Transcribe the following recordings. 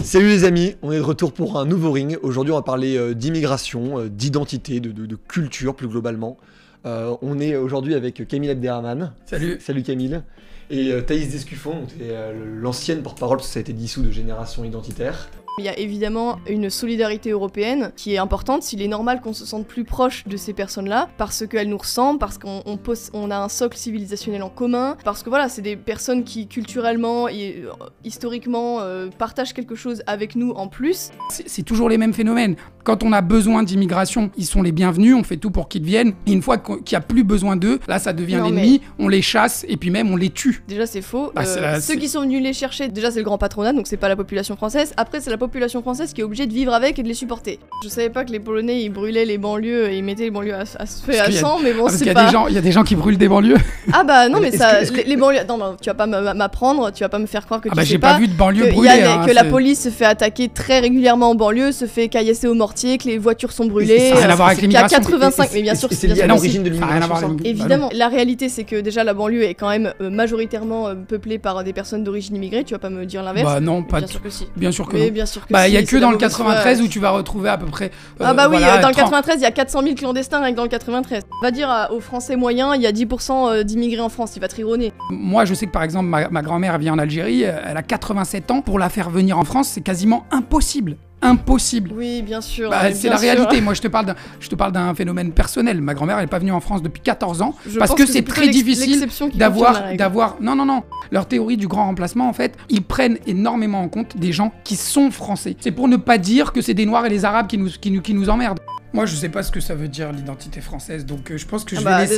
Salut les amis, on est de retour pour un nouveau ring. Aujourd'hui on va parler d'immigration, d'identité, de culture plus globalement. On est aujourd'hui avec Camille Abderrahmane. Salut. Salut Camille. Et Thaïs Descuffon, tu es l'ancienne porte-parole parce que ça a été dissous de Génération Identitaire. Il y a évidemment une solidarité européenne qui est importante. Il est normal qu'on se sente plus proche de ces personnes-là parce qu'elles nous ressemblent, parce qu'on a un socle civilisationnel en commun, parce que voilà, c'est des personnes qui culturellement et historiquement partagent quelque chose avec nous en plus. C'est toujours les mêmes phénomènes. Quand on a besoin d'immigration, ils sont les bienvenus, on fait tout pour qu'ils viennent. Et une fois qu'il n'y a plus besoin d'eux, là ça devient l'ennemi, on les chasse et puis même on les tue. Déjà c'est faux. Ceux qui sont venus les chercher, déjà c'est le grand patronat, donc c'est pas la population française. Après c'est la population française qui est obligée de vivre avec et de les supporter. Je savais pas que les Polonais ils brûlaient les banlieues et ils mettaient les banlieues à 100, mais bon c'est pas... Il y a des gens qui brûlent des banlieues. Ah bah non mais ça, les banlieues... Non, tu vas pas m'apprendre, tu vas pas me faire croire que tu sais pas... j'ai pas vu de banlieue brûlée. Que la police se fait attaquer très régulièrement en banlieue, se fait caillasser au mortier, que les voitures sont brûlées... Ça n'a rien à voir avec l'immigration. Qu'il y a 85... Mais bien sûr c'est lié à l'origine de l'immigration. Évidemment. La réalité c'est que déjà la banlieue est quand même majoritairement peuplée par des personnes d'origine immigrée, tu vas pas me dire l'inverse. Bah non, pas... Bien sûr que si. Bien sûr que mais non. bien sûr que bah il y a si, que dans le 93 où tu vas retrouver à peu près... ah bah oui, voilà, dans le 93 il y a 400 000 clandestins rien que dans le 93. On va dire aux Français moyens, il y a 10% d'immigrés en France, il va trironner. Moi je sais que par exemple ma grand-mère vit en Algérie, elle a 87 ans, pour la faire venir en France c'est quasiment impossible. Impossible. Oui, bien sûr. Bah, c'est la réalité. Moi, je te parle d'un phénomène personnel. Ma grand-mère, elle est pas venue en France depuis 14 ans parce que c'est très difficile d'avoir. Non. Leur théorie du grand remplacement, en fait, ils prennent énormément en compte des gens qui sont français. C'est pour ne pas dire que c'est des Noirs et les Arabes qui nous emmerdent. Moi, je sais pas ce que ça veut dire l'identité française, donc je pense que je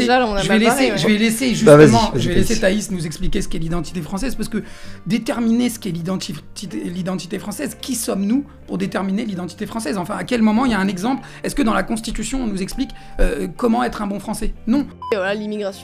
vais laisser Thaïs nous expliquer ce qu'est l'identité française, parce que déterminer ce qu'est l'identité française, qui sommes-nous pour déterminer l'identité française? Enfin, à quel moment il y a un exemple? Est-ce que dans la Constitution, on nous explique comment être un bon Français? Non. Et voilà,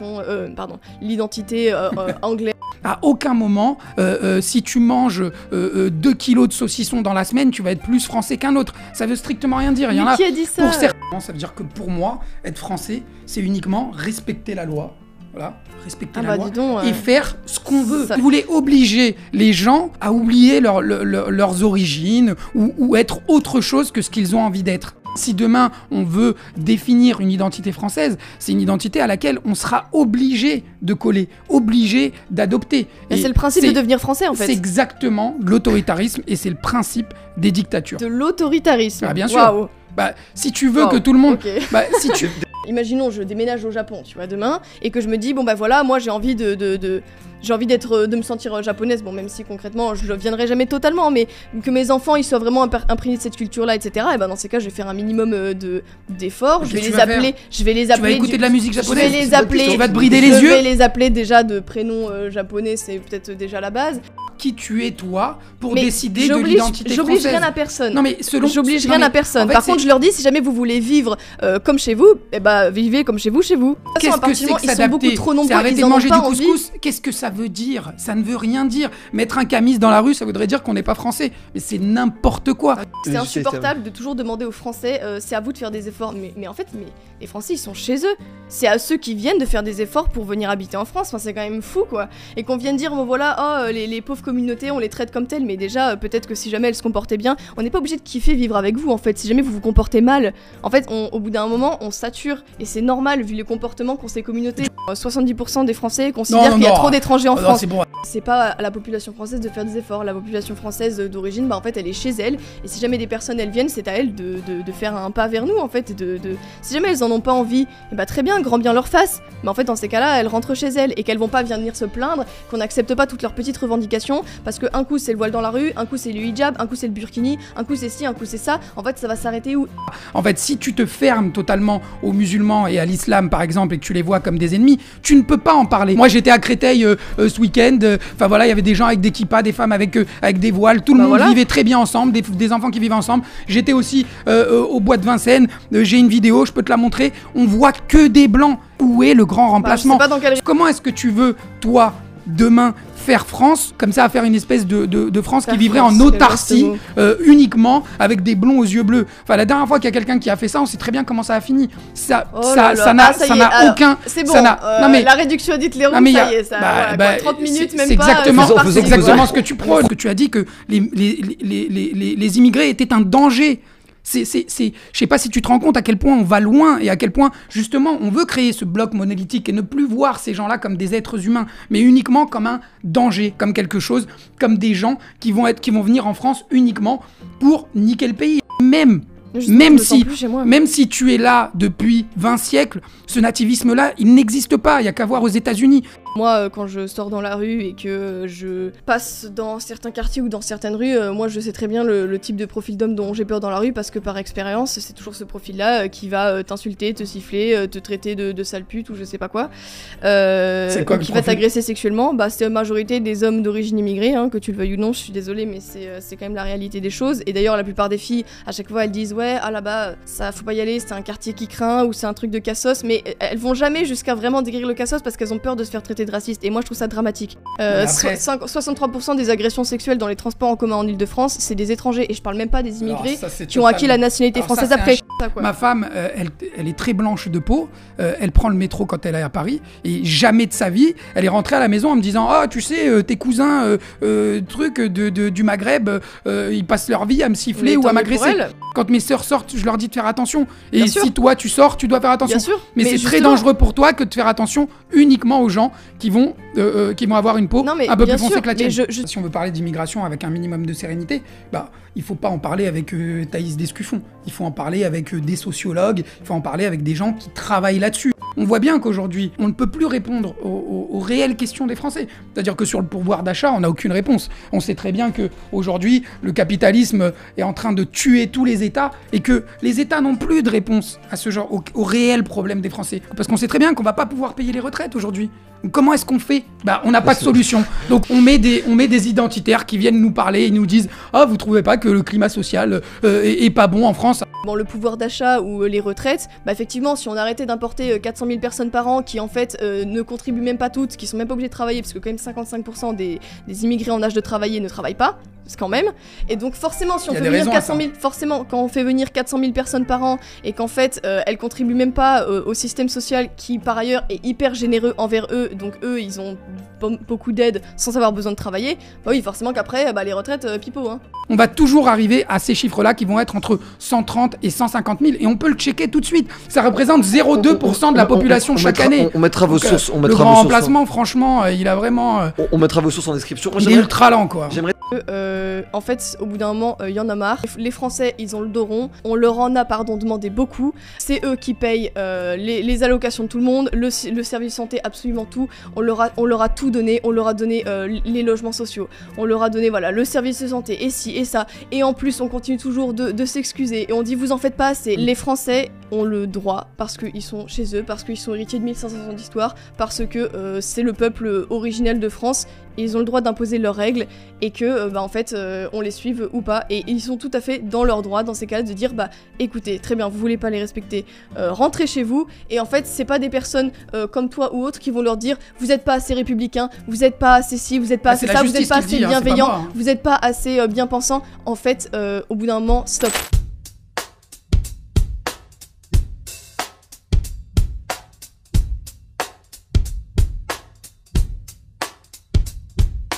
l'identité anglaise. À aucun moment, si tu manges 2 kilos de saucisson dans la semaine, tu vas être plus français qu'un autre. Ça veut strictement rien dire. Mais qui a dit ça? Ça veut dire que pour moi, être français, c'est uniquement respecter la loi. Voilà, respecter la loi et faire ce qu'on veut. Vous voulez obliger les gens à oublier leurs origines ou être autre chose que ce qu'ils ont envie d'être. Si demain on veut définir une identité française, c'est une identité à laquelle on sera obligé de coller, obligé d'adopter. C'est le principe de devenir français en fait. C'est exactement l'autoritarisme et c'est le principe des dictatures. De l'autoritarisme. Ah, bien sûr. Wow. Bah, si tu veux que tout le monde... Okay. Bah, si tu... Imaginons, je déménage au Japon, tu vois, demain, et que je me dis, bon bah voilà, moi j'ai envie de me sentir japonaise, bon même si concrètement je viendrai jamais totalement, mais que mes enfants ils soient vraiment imprégnés de cette culture-là, etc. Et ben dans ces cas, je vais faire un minimum d'efforts. Je vais les appeler. Tu vas écouter de la musique japonaise. Je vais les appeler. Tu vas te brider les yeux. Je vais les appeler déjà de prénoms japonais, c'est peut-être déjà la base. Qui tu es toi pour décider de l'identité française? J'oblige rien à personne. Non mais j'oblige rien à personne. Par contre, je leur dis si jamais vous voulez vivre comme chez vous, eh ben vivez comme chez vous, chez vous. Qu'est-ce que c'est que s'adapter? Ils sont beaucoup trop nombreux. Arrêter de manger du couscous. Qu'est-ce que ça veut dire? Ça ne veut rien dire. Mettre un camis dans la rue, ça voudrait dire qu'on n'est pas français. Mais c'est n'importe quoi. C'est insupportable de toujours demander aux Français, c'est à vous de faire des efforts. Mais en fait, les Français, ils sont chez eux. C'est à ceux qui viennent de faire des efforts pour venir habiter en France. Enfin, c'est quand même fou, quoi. Et qu'on vienne dire, bon voilà, oh, les pauvres communautés, on les traite comme telles. Mais déjà, peut-être que si jamais elles se comportaient bien, on n'est pas obligé de kiffer vivre avec vous, en fait. Si jamais vous vous comportez mal, en fait, au bout d'un moment, on sature. Et c'est normal, vu les comportements qu'ont ces communautés. 70% des Français considèrent qu'il y a trop d'étrangers en France. C'est pas à la population française de faire des efforts. La population française d'origine, bah en fait, elle est chez elle. Et si jamais des personnes elles viennent, c'est à elles de faire un pas vers nous, en fait. Si jamais elles en ont pas envie, et bah très bien, grand bien leur face. Mais en fait, dans ces cas-là, elles rentrent chez elles et qu'elles vont pas venir se plaindre, qu'on n'accepte pas toutes leurs petites revendications, parce que un coup c'est le voile dans la rue, un coup c'est le hijab, un coup c'est le burkini, un coup c'est ci, un coup c'est ça. En fait, ça va s'arrêter où? En fait, si tu te fermes totalement aux musulmans et à l'islam, par exemple, et que tu les vois comme des ennemis, tu ne peux pas en parler. Moi, j'étais à Créteil ce week-end. Enfin voilà, il y avait des gens avec des kippas, des femmes avec des voiles. Tout le monde vivait très bien ensemble, des enfants qui vivent ensemble. J'étais aussi au bois de Vincennes. J'ai une vidéo, je peux te la montrer. On voit que des blancs. Où est le grand remplacement? Comment est-ce que tu veux, toi, demain faire France, comme ça à faire une espèce de France qui vivrait en autarcie uniquement avec des blonds aux yeux bleus. Enfin, la dernière fois qu'il y a quelqu'un qui a fait ça, on sait très bien comment ça a fini. Ça n'a aucun... C'est bon, la réduction d'Hitler, ça y est, ça, 30 minutes, même pas... C'est exactement ce que tu prônes. Tu as dit que les immigrés étaient un danger. Je sais pas si tu te rends compte à quel point on va loin et à quel point justement on veut créer ce bloc monolithique et ne plus voir ces gens-là comme des êtres humains, mais uniquement comme un danger, comme quelque chose, comme des gens qui vont venir en France uniquement pour niquer le pays. Même si tu es là depuis 20 siècles, ce nativisme-là, il n'existe pas, il n'y a qu'à voir aux États-Unis. Moi, quand je sors dans la rue et que je passe dans certains quartiers ou dans certaines rues, moi je sais très bien le type de profil d'homme dont j'ai peur dans la rue parce que par expérience, c'est toujours ce profil-là qui va t'insulter, te siffler, te traiter de sale pute ou je sais pas quoi. Qui va t'agresser sexuellement. C'est la majorité des hommes d'origine immigrée, que tu le veuilles ou non, je suis désolée, mais c'est quand même la réalité des choses. Et d'ailleurs, la plupart des filles, à chaque fois, elles disent ouais, ah là-bas, ça faut pas y aller, c'est un quartier qui craint ou c'est un truc de cassos, mais elles vont jamais jusqu'à vraiment décrire le cassos parce qu'elles ont peur de se faire traiter de raciste. Et moi, je trouve ça dramatique. 63% des agressions sexuelles dans les transports en commun en Ile-de-France, c'est des étrangers. Et je parle même pas des immigrés qui ont acquis la nationalité française après. Ma femme, elle est très blanche de peau. Elle prend le métro quand elle est à Paris. Et jamais de sa vie, elle est rentrée à la maison en me disant ah, tu sais, tes cousins du Maghreb, ils passent leur vie à me siffler ou à m'agresser. Quand mes sœurs sortent, je leur dis de faire attention. Et si toi tu sors, tu dois faire attention. Mais c'est très dangereux pour toi que de faire attention uniquement aux gens qui vont avoir une peau un peu plus foncée que la tienne. Si on veut parler d'immigration avec un minimum de sérénité, il faut pas en parler avec Thaïs Descuffon. Il faut en parler avec des sociologues, il faut en parler avec des gens qui travaillent là-dessus. On voit bien qu'aujourd'hui, on ne peut plus répondre aux réelles questions des Français. C'est-à-dire que sur le pouvoir d'achat, on n'a aucune réponse. On sait très bien qu'aujourd'hui, le capitalisme est en train de tuer tous les États et que les États n'ont plus de réponse à ce genre, aux réels problèmes des Français. Parce qu'on sait très bien qu'on va pas pouvoir payer les retraites aujourd'hui. Comment est-ce qu'on fait ? On n'a pas de solution. Donc on met des identitaires qui viennent nous parler et nous disent « Ah, vous trouvez pas que le climat social est pas bon en France ?» Bon, le pouvoir d'achat ou les retraites, effectivement, si on arrêtait d'importer 400 000 personnes par an qui en fait ne contribuent même pas toutes, qui sont même pas obligées de travailler, parce que quand même 55% des immigrés en âge de travailler ne travaillent pas, quand même. Et donc forcément, si on fait venir 400 000, forcément, quand on fait venir 400 000 personnes par an et qu'en fait elles contribuent même pas au système social qui par ailleurs est hyper généreux envers eux, donc eux ils ont beaucoup d'aide sans avoir besoin de travailler, oui forcément qu'après les retraites pipeau. On va toujours arriver à ces chiffres-là qui vont être entre 130 et 150 000 et on peut le checker tout de suite. Ça représente 0,2% de la population chaque année. On mettra vos sources. Le grand remplacement, franchement, il a vraiment. On mettra vos sources en description. Il est ultra lent, quoi. J'aimerais. En fait, au bout d'un moment, il y en a marre. Les Français, ils ont le dos rond. On leur en a, demandé beaucoup. C'est eux qui payent les allocations de tout le monde, le service santé, absolument tout. On leur a tout donné. On leur a donné les logements sociaux. On leur a donné, le service de santé, et ci, et ça. Et en plus, on continue toujours de s'excuser. Et on dit, vous en faites pas assez. Les Français ont le droit, parce qu'ils sont chez eux, parce qu'ils sont héritiers de 1500 ans d'histoire, parce que c'est le peuple originel de France. Et ils ont le droit d'imposer leurs règles et que en fait on les suive ou pas, et ils sont tout à fait dans leur droit dans ces cas-là de dire écoutez, très bien, vous voulez pas les respecter, rentrez chez vous. Et en fait c'est pas des personnes comme toi ou autres qui vont leur dire vous êtes pas assez républicain, vous êtes pas assez ci, vous êtes pas assez ça, vous êtes pas assez bienveillant, vous êtes pas assez bien pensant. En fait au bout d'un moment, stop.